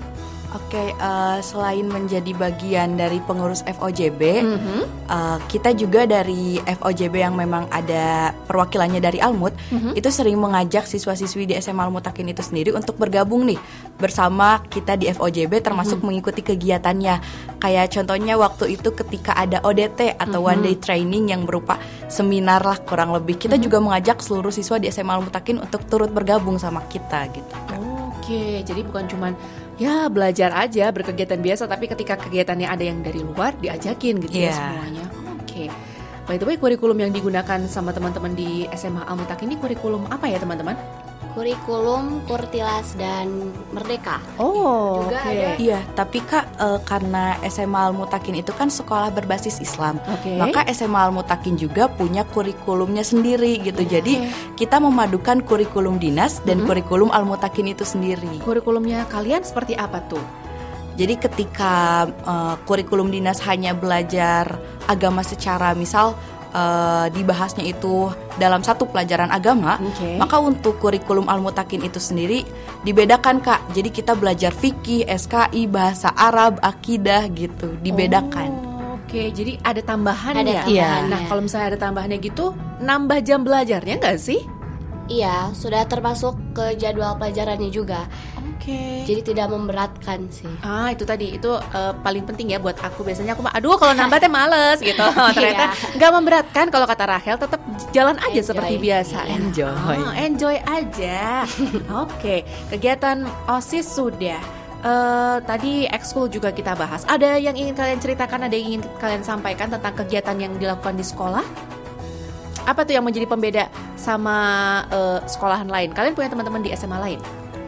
Oke, selain menjadi bagian dari pengurus FOJB, kita juga dari FOJB yang memang ada perwakilannya dari Almut, itu sering mengajak siswa-siswi di SMA Almut Takin itu sendiri untuk bergabung nih bersama kita di FOJB, termasuk mengikuti kegiatannya. Kayak contohnya waktu itu ketika ada ODT atau One Day Training yang berupa seminar lah kurang lebih, kita juga mengajak seluruh siswa di SMA Almut Takin untuk turut bergabung sama kita gitu. Oke, jadi bukan cuman ya belajar aja berkegiatan biasa, tapi ketika kegiatannya ada yang dari luar diajakin gitu ya semuanya. Oke. By the way, kurikulum yang digunakan sama teman-teman di SMA Almut Takin ini kurikulum apa ya teman-teman? Kurikulum Kurtilas dan Merdeka. Oh, Juga oke. ada. Iya, tapi Kak, karena SMA Almut Takin itu kan sekolah berbasis Islam, Oke. maka SMA Almut Takin juga punya kurikulumnya sendiri gitu. Jadi kita memadukan kurikulum dinas dan kurikulum Almut Takin itu sendiri. Kurikulumnya kalian seperti apa tuh? Jadi ketika kurikulum dinas hanya belajar agama secara misal dibahasnya itu dalam satu pelajaran agama, maka untuk kurikulum Almut Takin itu sendiri dibedakan Kak. Jadi kita belajar fikih, SKI, bahasa Arab, akidah gitu, dibedakan. Oke, jadi ada tambahan Ada ya? tambahannya. Iya. Nah, kalau misalnya ada tambahannya gitu, nambah jam belajarnya nggak sih? Iya, sudah termasuk ke jadwal pelajarannya juga. Oke. Jadi tidak memberatkan sih. Itu tadi itu paling penting ya buat aku. Biasanya aku aduh kalau nambah teh males gitu. Ternyata nggak memberatkan. Kalau kata Rachel tetap jalan aja Enjoy. seperti biasa. Iya. Enjoy aja. Oke, kegiatan OSIS sudah. Tadi ekskul juga kita bahas. Ada yang ingin kalian ceritakan? Ada yang ingin kalian sampaikan tentang kegiatan yang dilakukan di sekolah? Apa tuh yang menjadi pembeda sama sekolahan lain? Kalian punya teman-teman di SMA lain?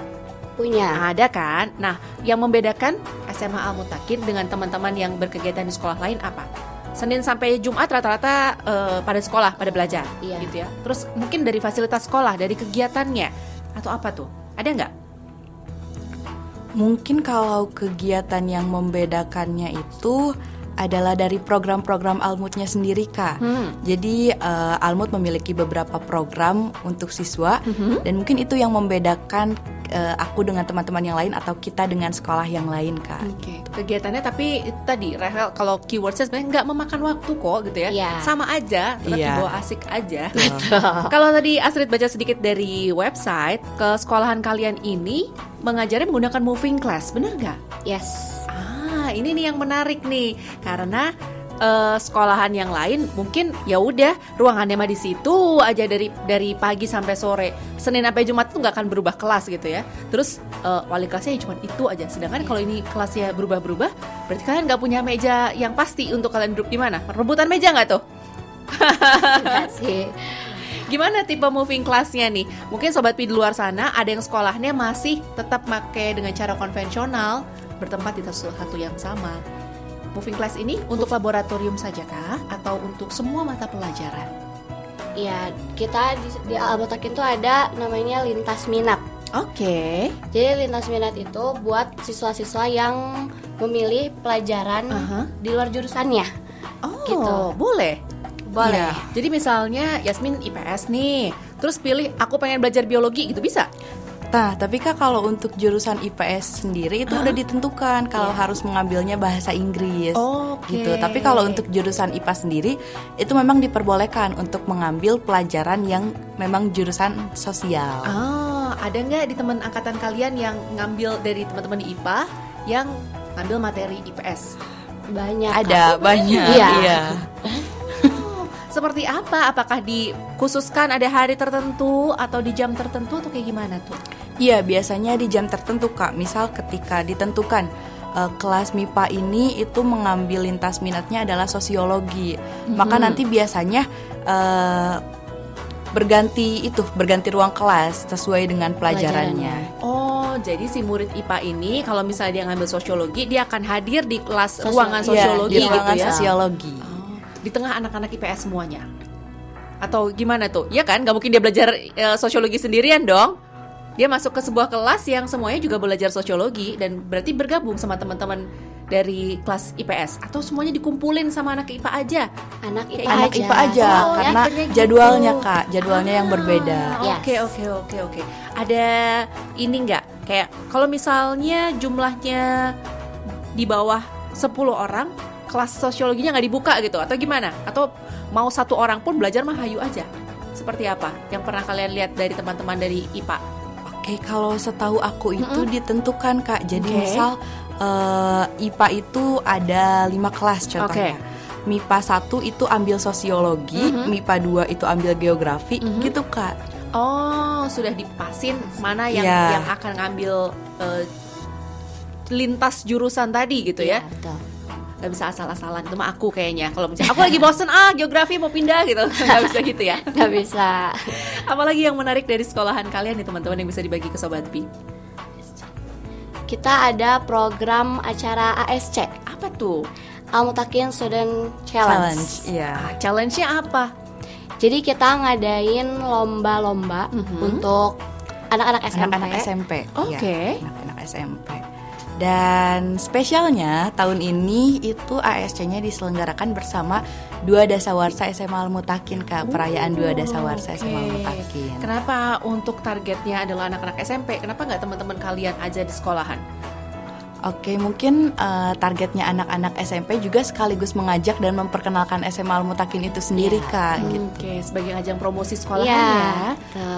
Punya. Ada kan? Nah, yang membedakan SMA Almut Takin dengan teman-teman yang berkegiatan di sekolah lain apa? Senin sampai Jumat rata-rata pada sekolah, pada belajar, Iya. gitu ya. Terus mungkin dari fasilitas sekolah, dari kegiatannya, atau apa tuh? Ada nggak? Mungkin kalau kegiatan yang membedakannya itu adalah dari program-program Almutnya sendiri Kak. Jadi Almut memiliki beberapa program untuk siswa dan mungkin itu yang membedakan aku dengan teman-teman yang lain atau kita dengan sekolah yang lain Kak. Oke. Kegiatannya tapi itu tadi Rachel kalau keywordsnya sebenarnya nggak memakan waktu kok gitu ya. Iya. Sama aja, tetap Iya. dibawa asik aja. Kalau tadi Astrid baca sedikit dari website, ke sekolahan kalian ini mengajarnya menggunakan moving class, bener nggak? Yes. Ini nih yang menarik nih, karena sekolahan yang lain mungkin ya udah ruangannya mah di situ aja dari pagi sampai sore, Senin sampai Jumat tuh nggak akan berubah kelas gitu ya. Terus wali kelasnya ya cuma itu aja. Sedangkan kalau ini kelasnya berubah-berubah, berarti kalian nggak punya meja yang pasti untuk kalian duduk di mana? Rebutan meja nggak tuh? Enggak sih. Gimana tipe moving classnya nih? Mungkin Sobat Pi di luar sana ada yang sekolahnya masih tetap pakai dengan cara konvensional, bertempat di satu yang sama. Moving class ini untuk laboratorium saja kah? Atau untuk semua mata pelajaran? Iya, kita di Almut Takin tuh ada namanya lintas minat. Oke. Jadi lintas minat itu buat siswa-siswa yang memilih pelajaran di luar jurusannya. Oh, Gitu. boleh? Boleh. Iya. Jadi misalnya Yasmin IPS nih, terus pilih aku pengen belajar biologi gitu, bisa? Nah, tapi Kak kalau untuk jurusan IPS sendiri itu udah ditentukan kalau harus mengambilnya bahasa Inggris. Oke. Gitu. Tapi kalau untuk jurusan IPA sendiri itu memang diperbolehkan untuk mengambil pelajaran yang memang jurusan sosial. Ada nggak di teman angkatan kalian yang ngambil dari teman-teman di IPA yang ngambil materi IPS? Banyak. Ada banyak. Iya. Seperti apa? Apakah dikhususkan ada hari tertentu atau di jam tertentu atau kayak gimana tuh? Iya, biasanya di jam tertentu Kak. Misal ketika ditentukan kelas MIPA ini itu mengambil lintas minatnya adalah sosiologi. Maka nanti biasanya berganti ruang kelas sesuai dengan pelajarannya. Oh, jadi si murid IPA ini kalau misalnya dia ngambil sosiologi, dia akan hadir di kelas Sosial- ruangan Iya, sosiologi di ruangan gitu ya. sosiologi. Di tengah anak-anak IPS semuanya. Atau gimana tuh? Ya kan, gak mungkin dia belajar sosiologi sendirian dong. Dia masuk ke sebuah kelas yang semuanya juga belajar sosiologi dan berarti bergabung sama teman-teman dari kelas IPS. Atau semuanya dikumpulin sama anak IPA aja. Anak IPA Anak aja. IPA aja Oh, karena ya, gitu. jadwalnya Kak, jadwalnya yang berbeda. Yes. Oke. Ada ini nggak? Kayak kalau misalnya jumlahnya di bawah 10 orang, kelas sosiologinya nggak dibuka gitu, atau gimana? Atau mau 1 orang pun belajar mah hayu aja? Seperti apa yang pernah kalian lihat dari teman-teman dari IPA? Oke, kalau setahu aku itu ditentukan Kak. Jadi misal IPA itu ada 5 kelas contohnya. MIPA 1 itu ambil sosiologi, MIPA 2 itu ambil geografi, gitu Kak. Oh, sudah dipasin mana yang akan ngambil lintas jurusan tadi gitu ya? Betul. Gak bisa asal-asalan, itu mah aku kayaknya. Kalau misalnya aku lagi bosen geografi mau pindah gitu, gak bisa gitu ya? Gak bisa. Apalagi yang menarik dari sekolahan kalian nih teman-teman yang bisa dibagi ke Sobat Pi? Kita ada program acara ASC. Apa tuh? Al-Mutakin Student Challenge. Iya. Challenge-nya apa? Jadi kita ngadain lomba-lomba untuk anak-anak SMP. Anak-anak SMP. Oke. Iya, anak-anak SMP. Dan spesialnya tahun ini itu ASC-nya diselenggarakan bersama Dua Dasawarsa SMA Al-Mutakin Kak. Perayaan Dua Dasawarsa SMA Al-Mutakin. Kenapa untuk targetnya adalah anak-anak SMP? Kenapa nggak teman-teman kalian aja di sekolahan? Oke, mungkin targetnya anak-anak SMP juga sekaligus mengajak dan memperkenalkan SMA Al-Mutakin itu sendiri Kak. Gitu. Oke, sebagai ajang promosi sekolahan ya.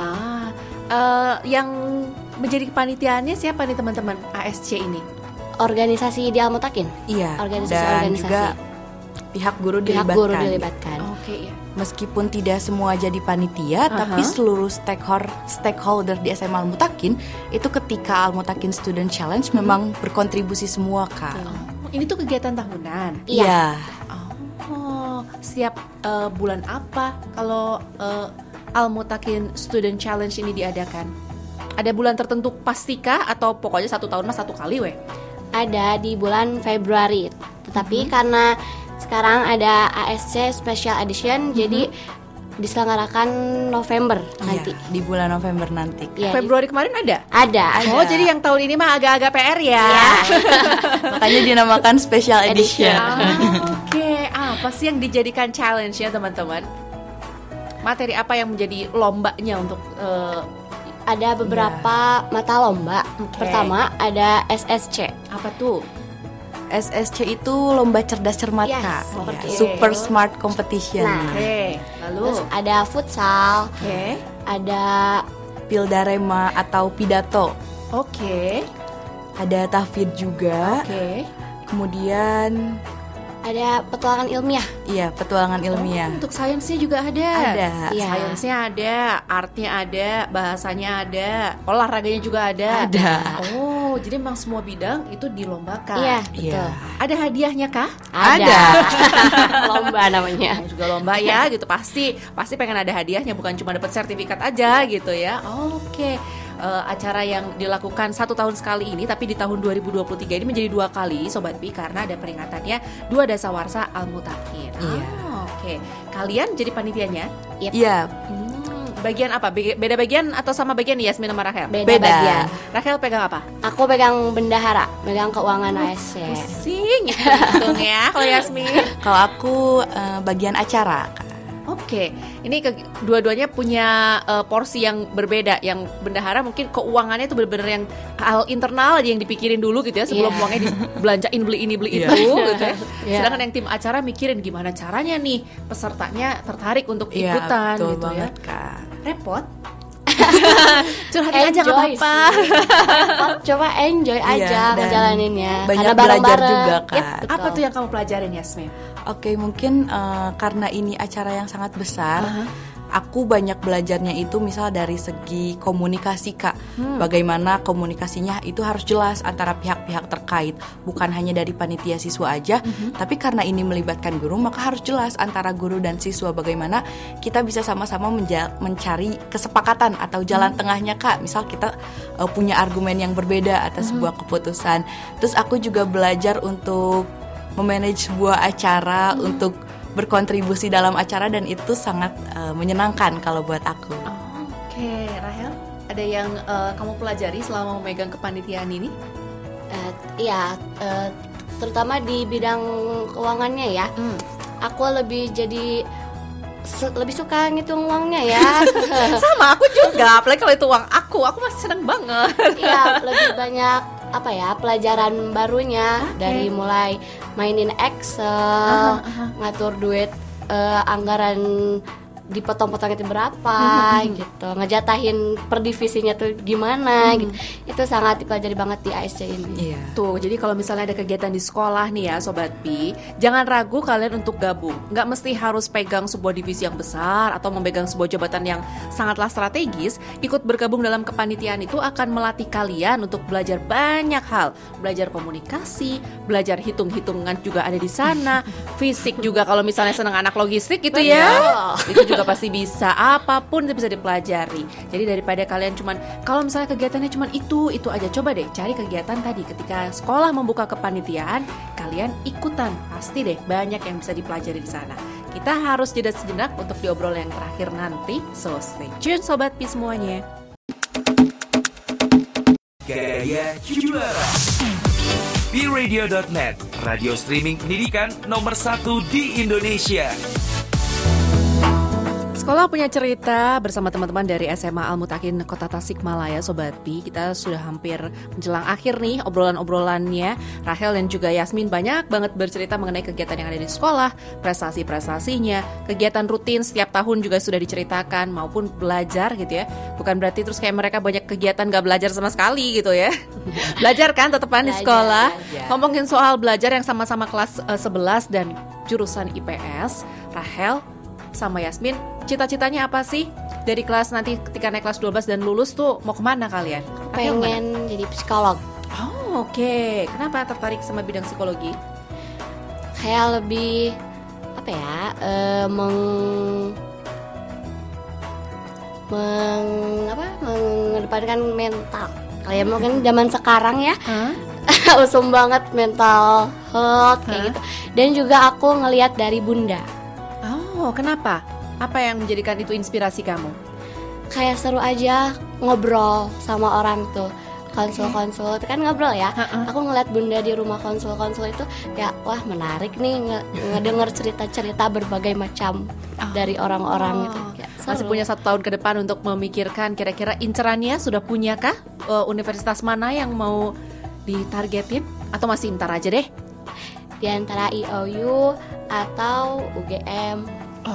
Yang menjadi kepanitiaannya siapa nih teman-teman ASC ini? Organisasi di Al-Mutakin. Iya. Organisasi. Dan juga pihak guru dilibatkan. Oke, ya. Meskipun tidak semua jadi panitia, tapi seluruh stakeholder di SMA Al-Mutakin itu ketika Al-Mutakin Student Challenge memang berkontribusi semua Kak. Ini tuh kegiatan tahunan. Iya. Oh, setiap bulan apa kalau Al-Mutakin Student Challenge ini diadakan? Ada bulan tertentu pastikah atau pokoknya 1 tahun mah 1 kali weh? Ada di bulan Februari. Tetapi karena sekarang ada ASC Special Edition, jadi diselenggarakan November nanti. Di bulan November nanti. Ya, Februari kemarin ada? Ada. Oh, jadi yang tahun ini mah agak-agak PR ya? Makanya dinamakan Special Edition. Oke, apa sih yang dijadikan challenge ya teman-teman? Materi apa yang menjadi lombanya untuk ada beberapa mata lomba. Pertama ada SSC. apa tuh? SSC itu lomba cerdas cermat Yes, Kak. seperti Ya, itu. Super Smart Competition. Nah. Oke, lalu Terus ada futsal. oke. Ada Pildarema atau pidato. Oke. Ada tahfidz juga. Oke. Kemudian ada petualangan ilmiah. iya, petualangan ilmiah. Untuk sainsnya juga ada. Ada. Iya. Sainsnya ada, artnya ada, bahasanya ada, olahraganya juga ada. Ada. Oh, jadi memang semua bidang itu dilombakan. Iya, Iya. betul. Ada hadiahnya kah? Ada. Lomba namanya. Yang juga lomba ya gitu, pasti pengen ada hadiahnya, bukan cuma dapat sertifikat aja gitu ya. Oke. Acara yang dilakukan 1 tahun sekali ini, tapi di tahun 2023 ini menjadi 2 kali Sobat Pi karena ada peringatannya Dua Dasawarsa Al-Mutakin. Iya. Oke. Kalian jadi panitianya? Iya, Bagian apa? Beda bagian atau sama bagian Yasmin sama Rachel? Beda bagian. Rachel pegang apa? Aku pegang bendahara, pegang keuangan ASC. Pusing hitung ya kalau Yasmin. kalau aku bagian acara Kak. Oke, ini dua-duanya punya porsi yang berbeda. Yang bendahara mungkin keuangannya itu benar-benar yang hal internal aja yang dipikirin dulu gitu ya sebelum Iya. uangnya dibelanjain beli ini beli itu gitu ya. Iya. Sedangkan yang tim acara mikirin gimana caranya nih pesertanya tertarik untuk Iya, ikutan betul gitu banget ya. Kak. Repot. Curhatin aja nggak Enjoy apa-apa. Coba enjoy Iya, aja dan ngejalaninnya. banyak Karena belajar bareng-bareng. juga, Kak. Yap, betul. Apa tuh yang kamu pelajarin Yasmin? Oke, mungkin karena ini acara yang sangat besar, aku banyak belajarnya itu misal dari segi komunikasi Kak. Bagaimana komunikasinya itu harus jelas antara pihak-pihak terkait, bukan hanya dari panitia siswa aja, tapi karena ini melibatkan guru, maka harus jelas antara guru dan siswa bagaimana kita bisa sama-sama mencari kesepakatan atau jalan tengahnya Kak. Misal kita punya argumen yang berbeda atas sebuah keputusan. Terus aku juga belajar untuk memanage sebuah acara, untuk berkontribusi dalam acara, dan itu sangat menyenangkan kalau buat aku. Oke, Rahel, ada yang kamu pelajari selama memegang kepanitiaan ini? Iya, terutama di bidang keuangannya ya. Aku lebih jadi lebih suka ngitung uangnya ya. Sama aku juga, apalagi kalau itu uang aku masih seneng banget. Iya, lebih banyak pelajaran barunya, dari mulai mainin Excel, ngatur duit, anggaran dipotong-potong itu berapa gitu, ngejatahin per divisinya tuh gimana gitu. Itu sangat dipelajari banget di ASC ini. Tuh, jadi kalau misalnya ada kegiatan di sekolah nih ya Sobat Pi, jangan ragu kalian untuk gabung. Nggak mesti harus pegang sebuah divisi yang besar atau memegang sebuah jabatan yang sangatlah strategis. Ikut bergabung dalam kepanitiaan itu akan melatih kalian untuk belajar banyak hal. Belajar komunikasi, belajar hitung-hitungan juga ada di sana. Fisik juga kalau misalnya senang anak logistik gitu ya. Itu juga pasti bisa, apapun itu bisa dipelajari. Jadi daripada kalian cuman, kalau misalnya kegiatannya cuman itu aja, coba deh cari kegiatan tadi. Ketika sekolah membuka kepanitiaan, kalian ikutan, pasti deh banyak yang bisa dipelajari di sana. Kita harus jeda sejenak untuk diobrol yang terakhir nanti. So stay tune Sobat Pi semuanya. Gaya Juara. Piradio.net, radio streaming pendidikan nomor 1 di Indonesia. Sekolah Punya Cerita bersama teman-teman dari SMA Al-Mutakin Kota Tasikmalaya, Sobat Pi. Kita sudah hampir menjelang akhir nih obrolan-obrolannya. Rahel dan juga Yasmin banyak banget bercerita mengenai kegiatan yang ada di sekolah, prestasi-prestasinya, kegiatan rutin setiap tahun juga sudah diceritakan, maupun belajar gitu ya. Bukan berarti terus kayak mereka banyak kegiatan gak belajar sama sekali gitu ya. Belajar kan tetepan di sekolah. Ngomongin soal belajar yang sama-sama kelas 11 dan jurusan IPS, Rahel sama Yasmin, cita-citanya apa sih? Dari kelas nanti ketika naik kelas 12 dan lulus tuh mau kemana kalian? Pengen jadi psikolog. Oh, oke. Kenapa tertarik sama bidang psikologi? Kayak lebih mengedepankan mental. Kayak mungkin zaman sekarang ya. Usum banget mental health kayak gitu. Dan juga aku ngelihat dari Bunda. Oh, kenapa? Apa yang menjadikan itu inspirasi kamu? Kayak seru aja ngobrol sama orang tuh. Konsul-konsul itu kan ngobrol ya. Aku ngeliat Bunda di rumah konsul-konsul itu kayak wah menarik nih ngedenger cerita-cerita berbagai macam dari orang-orang gitu. Masih punya 1 tahun ke depan untuk memikirkan kira-kira incerannya sudah punyakah universitas mana yang mau ditargetin atau masih ntar aja deh? Di antara IOU atau UGM.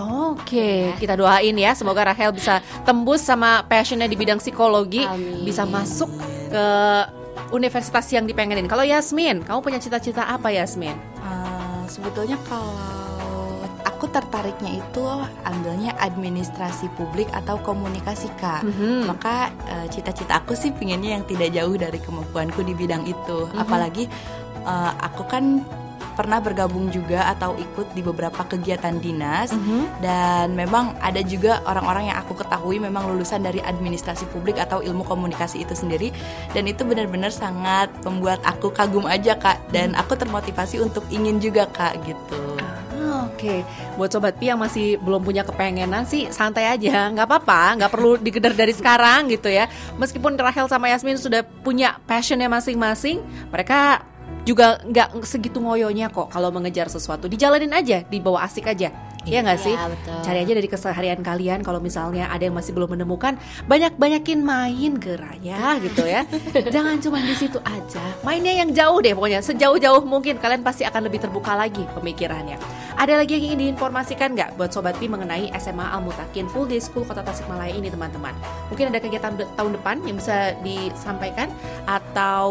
Oke, kita doain ya semoga Rahel bisa tembus sama passionnya di bidang psikologi. Amin. Bisa masuk ke universitas yang dipengenin. Kalau Yasmin, kamu punya cita-cita apa Yasmin? Sebetulnya kalau aku tertariknya itu ambilnya administrasi publik atau komunikasi Kak. Maka cita-cita aku sih pengennya yang tidak jauh dari kemampuanku di bidang itu. Apalagi aku kan pernah bergabung juga atau ikut di beberapa kegiatan dinas, dan memang ada juga orang-orang yang aku ketahui memang lulusan dari administrasi publik atau ilmu komunikasi itu sendiri, dan itu benar-benar sangat membuat aku kagum aja Kak, dan aku termotivasi untuk ingin juga Kak gitu. Oke, buat Sobat Pi yang masih belum punya kepengenan sih santai aja, nggak apa-apa, nggak perlu digedar dari sekarang gitu ya. Meskipun Rahel sama Yasmin sudah punya passionnya masing-masing, mereka juga nggak segitu ngoyonya kok kalau mengejar sesuatu. Dijalanin aja, dibawa asik aja. Iya nggak sih? Betul. Cari aja dari keseharian kalian. Kalau misalnya ada yang masih belum menemukan, banyak-banyakin main geraya gitu ya. Jangan cuma di situ aja. Mainnya yang jauh deh pokoknya. Sejauh-jauh mungkin kalian pasti akan lebih terbuka lagi pemikirannya. Ada lagi yang ingin diinformasikan nggak buat Sobat Pi mengenai SMA Al-Mutakin Full Day School Kota Tasikmalaya ini teman-teman? Mungkin ada kegiatan tahun depan yang bisa disampaikan atau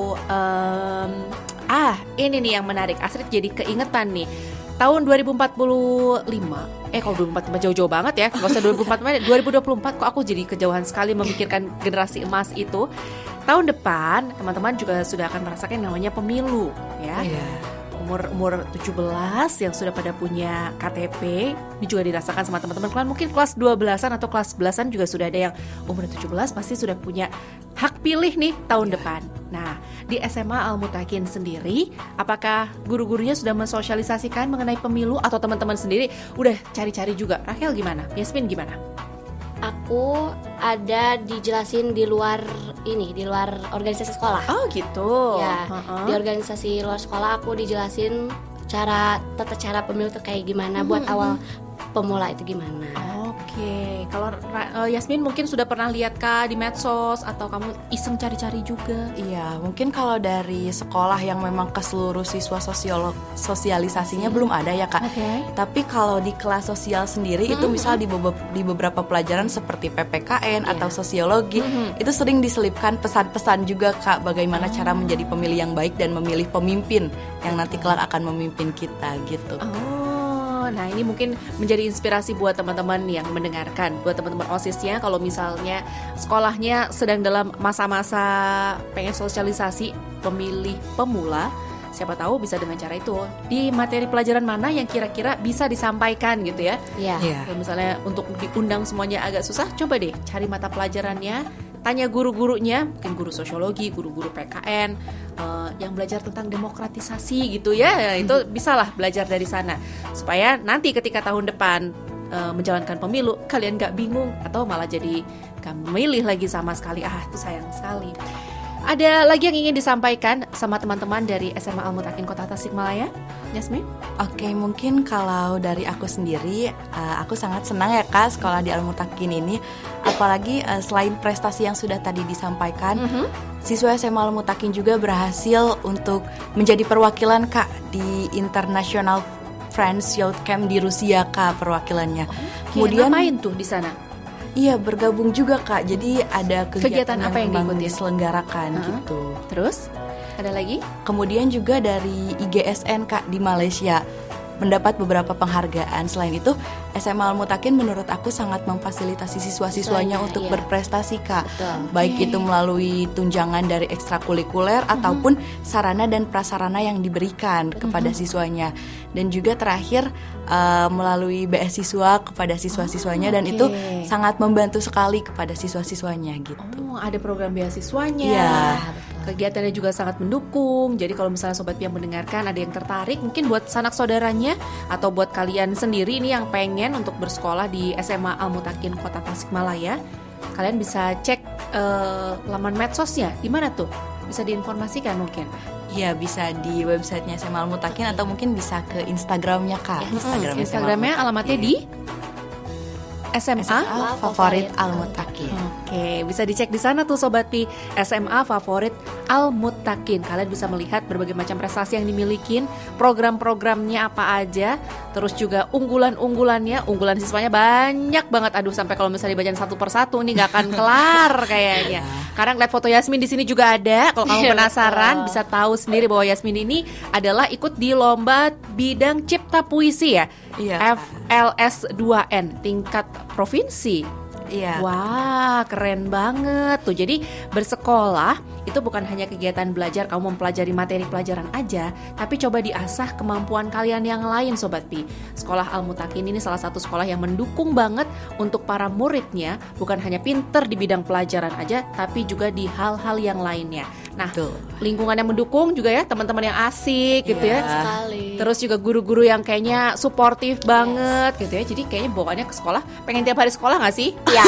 ini nih yang menarik. Astrid jadi keingetan nih. Tahun 2045, kalau 2045 jauh-jauh banget ya. Gak usah 2024 kok aku jadi kejauhan sekali memikirkan generasi emas itu. Tahun depan teman-teman juga sudah akan merasakan yang namanya pemilu ya. Umur 17 yang sudah pada punya KTP, ini juga dirasakan sama teman-teman kalian. Mungkin kelas 12-an atau kelas 11-an juga sudah ada yang umur 17 pasti sudah punya hak pilih nih tahun depan. Nah, di SMA Al-Mutakin sendiri, apakah guru-gurunya sudah mensosialisasikan mengenai pemilu atau teman-teman sendiri udah cari-cari juga? Rahel gimana? Yasmin gimana? Aku ada dijelasin di luar organisasi sekolah. Oh gitu. Ya, di organisasi luar sekolah aku dijelasin tata cara pemilu tuh kayak gimana buat awal pemula itu gimana. Oke, kalau Yasmin mungkin sudah pernah lihat Kak di medsos atau kamu iseng cari-cari juga? Iya, mungkin kalau dari sekolah yang memang ke seluruh siswa sosialisasinya belum ada ya Kak. Oke. Tapi kalau di kelas sosial sendiri itu misal di beberapa pelajaran seperti PPKN atau sosiologi itu sering diselipkan pesan-pesan juga Kak, bagaimana cara menjadi pemilih yang baik dan memilih pemimpin yang nanti kelak akan memimpin kita gitu. Nah ini mungkin menjadi inspirasi buat teman-teman yang mendengarkan, buat teman-teman OSIS-nya kalau misalnya sekolahnya sedang dalam masa-masa pengen sosialisasi pemilih pemula, siapa tahu bisa dengan cara itu di materi pelajaran mana yang kira-kira bisa disampaikan gitu ya. Iya. Kalau misalnya untuk diundang semuanya agak susah, coba deh cari mata pelajarannya, tanya guru-gurunya, mungkin guru sosiologi, guru-guru PKN yang belajar tentang demokratisasi gitu ya, itu bisalah belajar dari sana supaya nanti ketika tahun depan menjalankan pemilu kalian gak bingung atau malah jadi gak memilih lagi sama sekali. Itu sayang sekali. Ada lagi yang ingin disampaikan sama teman-teman dari SMA Al-Mutakin Kota Tasikmalaya, Yasmin? Oke, mungkin kalau dari aku sendiri, aku sangat senang ya Kak sekolah di Al-Mutakin ini. Apalagi selain prestasi yang sudah tadi disampaikan, siswa SMA Al-Mutakin juga berhasil untuk menjadi perwakilan Kak di International Friends Youth Camp di Rusia Kak perwakilannya. Kemudian ngapain tuh di sana? Iya, bergabung juga Kak. Jadi ada kegiatan apa yang memang diikuti? diselenggarakan gitu. Terus ada lagi? Kemudian juga dari IGSN Kak di Malaysia mendapat beberapa penghargaan. Selain itu, SMA Al-Mutakin menurut aku sangat memfasilitasi siswa-siswanya untuk berprestasi Kak. Betul. Baik itu melalui tunjangan dari ekstrakurikuler ataupun sarana dan prasarana yang diberikan kepada siswanya. Dan juga terakhir melalui beasiswa kepada siswa-siswanya dan itu sangat membantu sekali kepada siswa-siswanya gitu. Ada program beasiswanya. Iya. Kegiatannya juga sangat mendukung. Jadi kalau misalnya sobat yang mendengarkan ada yang tertarik, mungkin buat sanak saudaranya atau buat kalian sendiri ini yang pengen untuk bersekolah di SMA Al-Mutakin Kota Tasikmalaya, kalian bisa cek laman medsosnya. Di mana tuh? Bisa diinformasikan mungkin. Iya, bisa di websitenya SMA Al-Mutakin atau mungkin bisa ke Instagramnya Kak. Instagramnya alamatnya di SMA Favorit Al-Mutakin. Oke, bisa dicek di sana tuh Sobat Pi, SMA Favorit Al-Mutakin. Kalian bisa melihat berbagai macam prestasi yang dimiliki, program-programnya apa aja, terus juga unggulan-unggulannya, unggulan siswanya banyak banget. Aduh, sampai kalau misalnya dibacain satu persatu nih nggak akan kelar kayaknya. Karena ngeliat foto Yasmin di sini juga ada. Kalau kamu penasaran, bisa tahu sendiri bahwa Yasmin ini adalah ikut di lomba bidang cipta puisi ya. Iya. FLS2N tingkat provinsi. Iya. Wah, keren banget tuh. Jadi bersekolah itu bukan hanya kegiatan belajar, kamu mempelajari materi pelajaran aja, tapi coba diasah kemampuan kalian yang lain Sobat Pi. Sekolah Al-Mutakin ini salah satu sekolah yang mendukung banget untuk para muridnya, bukan hanya pinter di bidang pelajaran aja, tapi juga di hal-hal yang lainnya. Nah, lingkungan yang mendukung juga ya, teman-teman yang asik gitu ya. Sekali. Terus juga guru-guru yang kayaknya suportif banget gitu ya. Jadi kayaknya bawaannya ke sekolah, pengen tiap hari sekolah gak sih? Iya.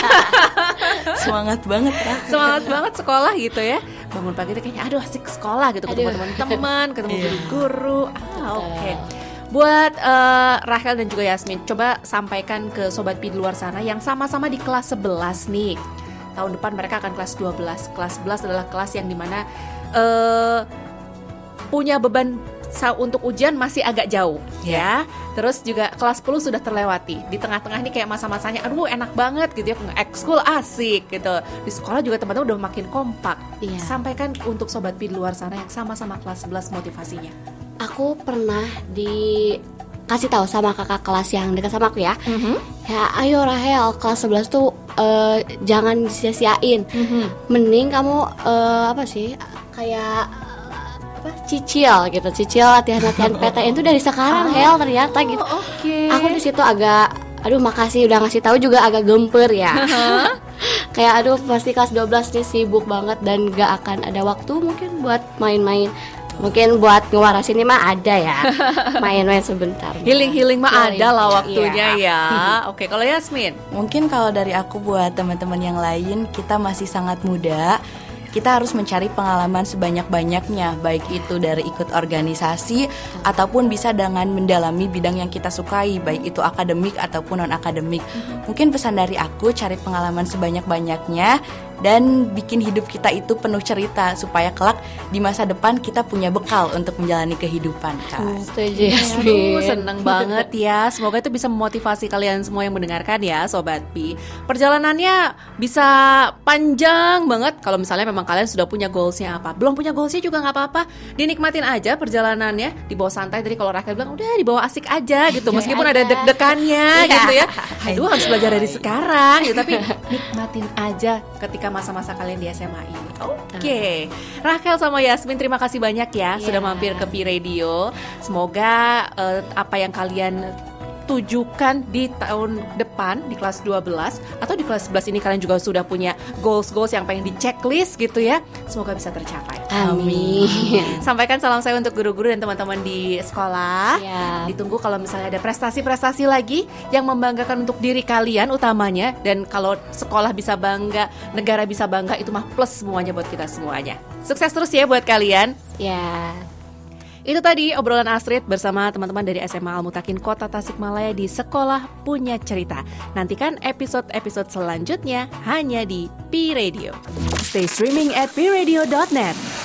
Semangat banget ya. Semangat banget sekolah gitu ya. Bangun pagi itu kayaknya aduh asik sekolah gitu, ketemu teman-teman, ketemu guru-guru. Oke. Buat Rahel dan juga Yasmin, coba sampaikan ke Sobat Pi di luar sana yang sama-sama di kelas 11 nih. Tahun depan mereka akan kelas 12. Kelas 11 adalah kelas yang dimana punya beban untuk ujian masih agak jauh ya. Terus juga kelas 10 sudah terlewati. Di tengah-tengah ini kayak masa-masanya aduh enak banget gitu ya, ekskul asik gitu. Di sekolah juga teman-teman udah makin kompak. Sampaikan untuk Sobat Pi di luar sana yang sama-sama kelas 11 motivasinya. Aku pernah dikasih tahu sama kakak kelas yang dekat sama aku ya. Ya ayo Rahel, kelas 11 tuh jangan disia-siain. Mending kamu kayak cicil latihan-latihan PTN itu dari sekarang Hel ternyata gitu. Aku di situ agak makasih udah ngasih tahu, juga agak gemper ya. Kayak pasti kelas 12 nih sibuk banget dan gak akan ada waktu mungkin buat main-main. Mungkin buat ngewarasin ini mah ada ya. Main-main sebentar. Healing mah ada lah waktunya ya. Oke, kalau Yasmin? Mungkin kalau dari aku buat teman-teman yang lain, kita masih sangat muda. kita harus mencari pengalaman sebanyak-banyaknya, baik itu dari ikut organisasi ataupun bisa dengan mendalami bidang yang kita sukai, baik itu akademik ataupun non-akademik. Mungkin pesan dari aku, cari pengalaman sebanyak-banyaknya dan bikin hidup kita itu penuh cerita supaya kelak di masa depan kita punya bekal untuk menjalani kehidupan, Kak. Setuju, Aduh, Yasmin. seneng banget ya. Semoga itu bisa memotivasi kalian semua yang mendengarkan ya, Sobat Pi. Perjalanannya bisa panjang banget kalau misalnya memang kalian sudah punya goalsnya apa. Belum punya goalsnya juga nggak apa-apa. Dinikmatin aja perjalanannya, dibawa santai. Tadi kalau Raquel bilang udah dibawa asik aja gitu. Meskipun ada deg-degannya gitu ya. Aduh, harus belajar dari sekarang gitu. Tapi nikmatin aja ketika masa-masa kalian di SMA ini. Oke. Raquel sama Yasmin, terima kasih banyak ya sudah mampir ke Pi Radio. Semoga apa yang kalian tujukan di tahun depan di kelas 12 atau di kelas 11 ini kalian juga sudah punya goals-goals yang pengen di checklist gitu ya. Semoga bisa tercapai. Amin. Sampaikan salam saya untuk guru-guru dan teman-teman di sekolah. Siap. Ditunggu kalau misalnya ada prestasi-prestasi lagi yang membanggakan untuk diri kalian utamanya. Dan kalau sekolah bisa bangga, negara bisa bangga, itu mah plus semuanya buat kita semuanya. Sukses terus ya buat kalian. Ya. Itu tadi obrolan Astrid bersama teman-teman dari SMA Al-Mutakin Kota Tasikmalaya di Sekolah Punya Cerita. Nantikan episode-episode selanjutnya hanya di Pi Radio. Stay streaming at piradio.net.